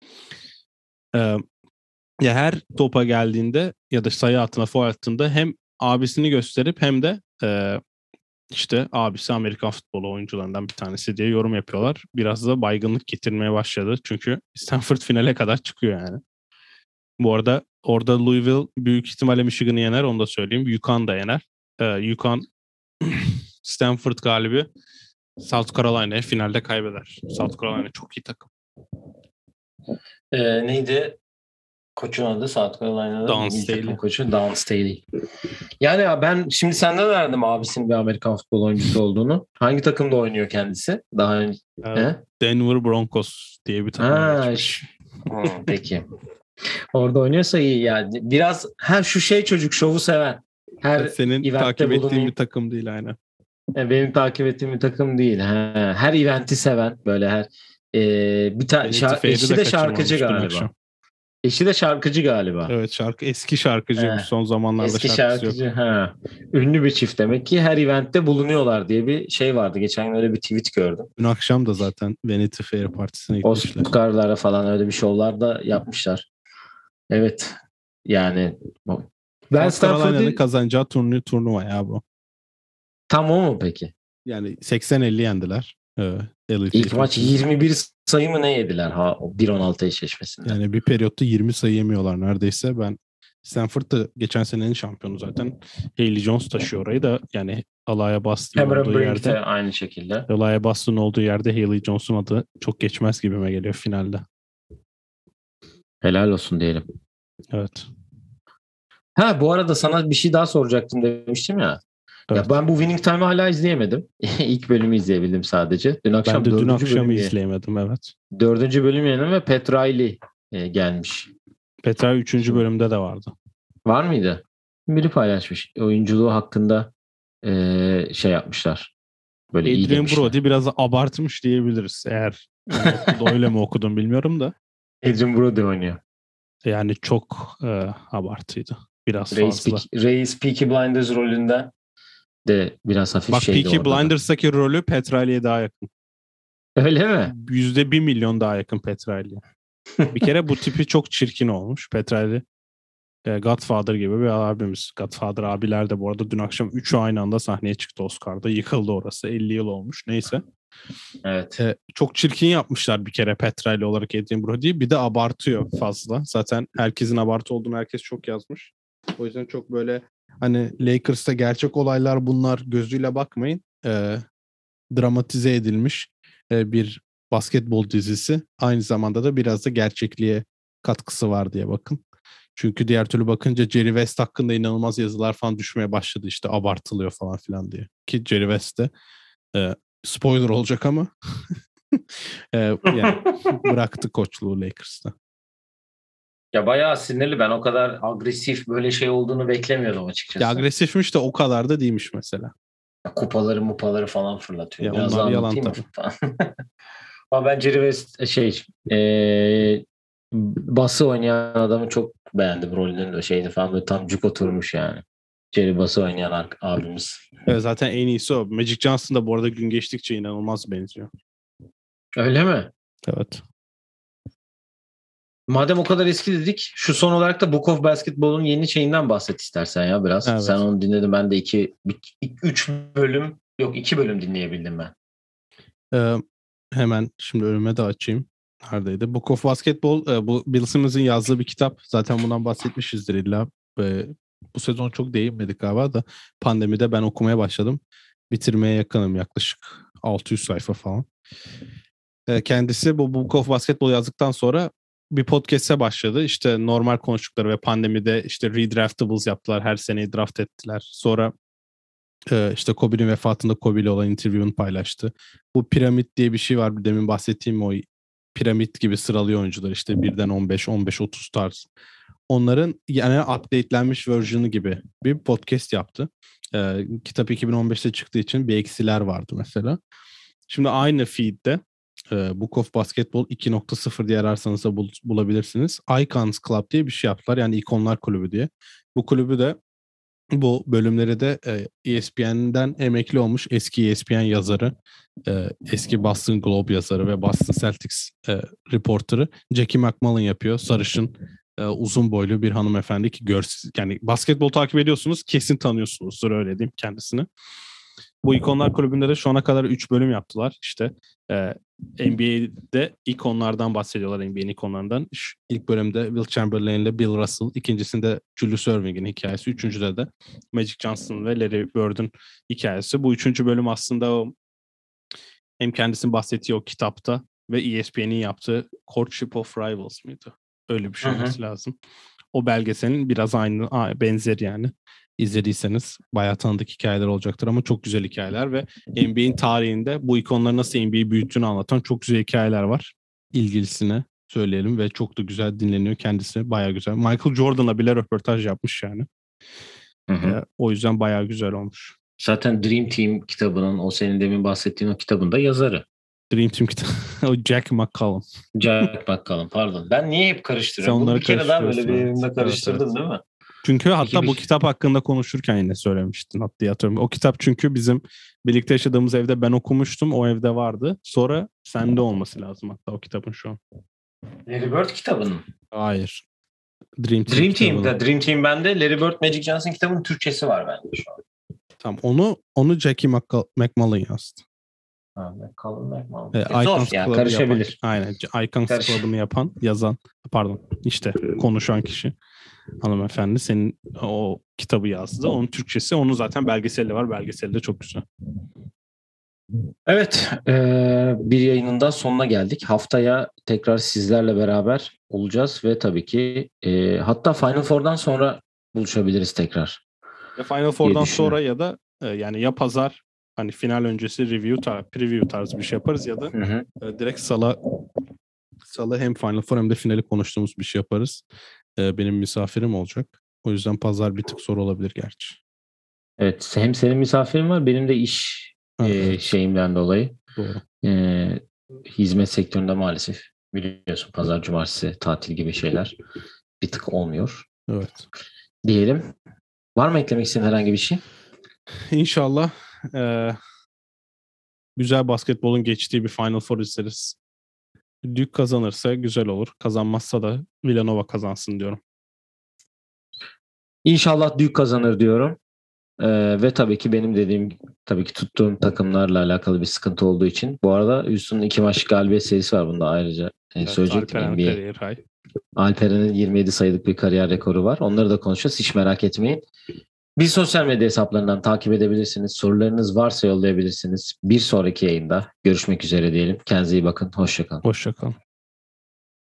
Ya her topa geldiğinde ya da sayı altına foul attığında hem abisini gösterip hem de işte abisi Amerikan futbolu oyuncularından bir tanesi diye yorum yapıyorlar. Biraz da baygınlık getirmeye başladı. Çünkü Stanford finale kadar çıkıyor yani. Bu arada orada Louisville büyük ihtimalle Michigan'ı yener. Onu da söyleyeyim. UConn da yener. Ee, UConn Stanford galibi South Carolina'ya finalde kaybeder. South Carolina çok iyi takım. Ee, neydi? Koçun adı South Carolina'da. Dan milli Staley. takım koçu Dan Staley. Yani ya ben şimdi senden öğrendim abisinin bir Amerikan futbol oyuncusu olduğunu. Hangi takımda oynuyor kendisi? Daha önce. Ee, Denver Broncos diye bir takıma Ha, geçmiş. hmm, peki. Orada oynuyorsa iyi yani. Biraz ha şu şey çocuk şovu seven. her Senin eventte takip ettiğin bulunayım. bir takım değil aynen. Yani benim takip ettiğim bir takım değil. Ha, her eventi seven böyle her e, bir tane Vanity şa- Fair'i eşi de de şarkıcı kaçırmamış dün galiba. akşam. Eşi de şarkıcı galiba. Evet şarkı eski şarkıcıymış. He, Son zamanlarda eski şarkısı yok. şarkıcı. Ha. Ünlü bir çift demek ki her eventte bulunuyorlar diye bir şey vardı. Geçen gün öyle bir tweet gördüm. Dün akşam da zaten Vanity Fair partisine gitmişler. Oscar'lara falan öyle bir şovlar da yapmışlar. Evet. Yani ben South Carolina'nın Stanford'u kazanacağı turnu, turnuva ya bu. tam o mu peki? Yani seksen elli yendiler. Ee, L A İlk Fitch maç maçında. yirmi bir sayı mı ne yediler ha bir on altı eşleşmesinde. Yani bir periyotta yirmi sayı yemiyorlar neredeyse. Ben Stanford da geçen senenin şampiyonu zaten. Haley Jones taşıyor orayı da yani Alaya Boston'ın Cameron olduğu Brink yerde de aynı şekilde. Alaya Boston'ın olduğu yerde Haley Jones'un adı çok geçmez gibime geliyor finalde. Helal olsun diyelim. Evet. Ha bu arada sana bir şey daha soracaktım demiştim ya. Evet. Ya ben bu Winning Time'ı hala izleyemedim. İlk bölümü izleyebildim sadece. Dün akşam Ben de dün dördüncü akşamı bölüm ye- izleyemedim evet. dördüncü bölüm yayınlandı ve Pat Riley e, gelmiş. Petra üçüncü Şimdi- bölümde de vardı. Var mıydı? Biri paylaşmış. Oyunculuğu hakkında e, şey yapmışlar. Böyle iyi Adrian demişler. Brody biraz abartmış diyebiliriz. Eğer yani okulda öyle mi okudum bilmiyorum da. Adrian Brody oynuyor. Yani çok e, abartıydı. Biraz Ray, fazla. Peaky, Ray Peaky Blinders rolünde de biraz hafif Bak şeydi Peaky orada da. Blinders'taki rolü Petrali'ye daha yakın. Öyle mi? Yüzde bir milyon daha yakın Petrali'ye. Bir kere bu tipi çok çirkin olmuş. Petrali e, Godfather gibi bir abimiz. Godfather abiler de bu arada dün akşam üçü aynı anda sahneye çıktı Oscar'da. Yıkıldı orası. elli yıl olmuş. Neyse. Evet. E, çok çirkin yapmışlar bir kere Petrali olarak Adrian Brody'yi. Bir de abartıyor fazla. Zaten herkesin abartı olduğunu herkes çok yazmış. O yüzden çok böyle hani Lakers'ta gerçek olaylar bunlar gözüyle bakmayın. E, dramatize edilmiş e, bir basketbol dizisi. Aynı zamanda da biraz da gerçekliğe katkısı var diye bakın. Çünkü diğer türlü bakınca Jerry West hakkında inanılmaz yazılar falan düşmeye başladı işte abartılıyor falan filan diye. Ki Jerry West de e, spoiler olacak ama e, yani bıraktı koçluğu Lakers'ta. Ya bayağı sinirli. Ben o kadar agresif böyle şey olduğunu beklemiyordum açıkçası. Ya agresifmiş de o kadar da değilmiş mesela. Ya kupaları mupaları falan fırlatıyor. Ya Biraz onlar daha yalan anlatayım mı? tabii. Ama ben Jerry West şey e, bası oynayan adamı çok beğendim. Rolünün de şeyini falan böyle tam cuk oturmuş yani. Jerry bası oynayan abimiz. Evet, zaten en iyisi o. Magic Johnson da bu arada gün geçtikçe inanılmaz benziyor. Öyle mi? Evet. Madem o kadar eski dedik, şu son olarak da Book of Basketball'un yeni şeyinden bahset istersen ya biraz. Evet. Sen onu dinledin, ben de iki, iki üç bölüm, yok iki bölüm dinleyebildim ben. Ee, hemen şimdi önüme de açayım. Neredeydi? Book of Basketball, e, bu Bill Simmons'ın yazdığı bir kitap. Zaten bundan bahsetmişizdir illa. E, bu sezon çok değinmedik galiba da pandemide ben okumaya başladım. Bitirmeye yakınım yaklaşık altı yüz sayfa falan. E, kendisi bu Book of Basketball yazdıktan sonra bir podcast'e başladı. İşte normal konuştukları ve pandemide işte redraftables yaptılar. Her seneyi draft ettiler. Sonra e, işte Kobe'nin vefatında Kobe ile olan interview'unu paylaştı. Bu piramit diye bir şey var. Demin bahsettiğim o piramit gibi sıralıyor oyuncular. İşte birden on beş, on beş otuz tarz. Onların yani updatelenmiş versiyonu gibi bir podcast yaptı. E, kitap iki bin on beşte çıktığı için bir eksiler vardı mesela. Şimdi aynı feed'de e, Book of Basketball iki nokta sıfır diye ararsanız da bul, bulabilirsiniz. Icons Club diye bir şey yaptılar. Yani ikonlar kulübü diye. Bu kulübü de bu bölümleri de e, E S P N'den emekli olmuş eski E S P N yazarı, e, eski Boston Globe yazarı ve Boston Celtics e, reporterı Jackie McMullen yapıyor. Sarışın, e, uzun boylu bir hanımefendi ki görsün, yani basketbol takip ediyorsunuz kesin tanıyorsunuzdur öyle diyeyim kendisini. Bu İkonlar Kulübü'nde de şu ana kadar üç bölüm yaptılar. İşte e, N B A'de ikonlardan bahsediyorlar, N B A'nin ikonlarından. Şu ilk bölümde Will Chamberlain ile Bill Russell, ikincisinde Julius Erving'in hikayesi, üçüncüde de Magic Johnson ve Larry Bird'ün hikayesi. Bu üçüncü bölüm aslında o hem kendisinin bahsettiği o kitapta ve E S P N'in yaptığı Courtship of Rivals mıydı? Öyle bir şey olması lazım. O belgeselin biraz aynı, benzeri yani. İzlediyseniz bayağı tanıdık hikayeler olacaktır ama çok güzel hikayeler ve N B A'in tarihinde bu ikonların nasıl N B A'yi büyüttüğünü anlatan çok güzel hikayeler var. İlgilisine söyleyelim ve çok da güzel dinleniyor kendisi. Bayağı güzel. Michael Jordan'la bile röportaj yapmış yani. Hı hı. E, o yüzden bayağı güzel olmuş. Zaten Dream Team kitabının, o senin demin bahsettiğin o kitabın da yazarı. Dream Team kitabı. O Jack McCallum. Jack McCallum, pardon. Ben niye hep karıştırıyorum? Sen Bunu onları bir kere daha böyle karıştırıyorsun, bir evet. evimde karıştırdım, Evet, evet. değil mi? Çünkü hatta Peki, bu bir... kitap hakkında konuşurken yine söylemiştin. Hatta hatırlıyorum. O kitap çünkü bizim birlikte yaşadığımız evde ben okumuştum. O evde vardı. Sonra sende olması lazım hatta o kitabın şu an. Larry Bird kitabının. Hayır. Dream Team Dream kitabının. Team'de. Dream Team bende. Larry Bird, Magic Johnson kitabının Türkçesi var bende şu an. Tamam, onu onu Jackie McMullen yazdı. Ha, McCallum, McMullen. E, E, Icons zor ya, Club'ı karışabilir. Yapan, aynen. Icons Karış. Club'ını yapan, yazan, pardon işte konuşan kişi hanımefendi senin o kitabı yazdı. Onun Türkçesi, onun zaten belgeseli de var. Belgeseli de çok güzel. Evet, e, bir yayının da sonuna geldik. Haftaya tekrar sizlerle beraber olacağız ve tabii ki e, hatta Final Four'dan sonra buluşabiliriz tekrar. Ya Final Four'dan sonra ya da e, yani ya pazar hani final öncesi review tar preview tarzı bir şey yaparız ya da hı hı. e, direkt salı salı hem Final Four hem de finali konuştuğumuz bir şey yaparız. E, benim misafirim olacak. O yüzden pazar bir tık zor olabilir gerçi. Evet, hem senin misafirin var, benim de iş Ha, e, evet. şeyimden dolayı. Doğru. E, hizmet sektöründe maalesef biliyorsun pazar, cumartesi, tatil gibi şeyler bir tık olmuyor. Evet. Diyelim. Var mı eklemek istediğin herhangi bir şey? İnşallah e, güzel basketbolun geçtiği bir Final Four izleriz. Duke kazanırsa güzel olur. Kazanmazsa da Villanova kazansın diyorum. İnşallah Duke kazanır diyorum. Ee, ve tabii ki benim dediğim, tabii ki tuttuğum takımlarla alakalı bir sıkıntı olduğu için. Bu arada Houston'un iki maç galibiyet serisi var, bunda ayrıca evet, söyleyecektim. Alperen N B A. kariyer high. Alperen'in yirmi yedi sayılık bir kariyer rekoru var. Onları da konuşacağız. Hiç merak etmeyin. Bir sosyal medya hesaplarından takip edebilirsiniz. Sorularınız varsa yollayabilirsiniz. Bir sonraki yayında görüşmek üzere diyelim. Kendinize iyi bakın. Hoşça kalın. Hoşça kalın.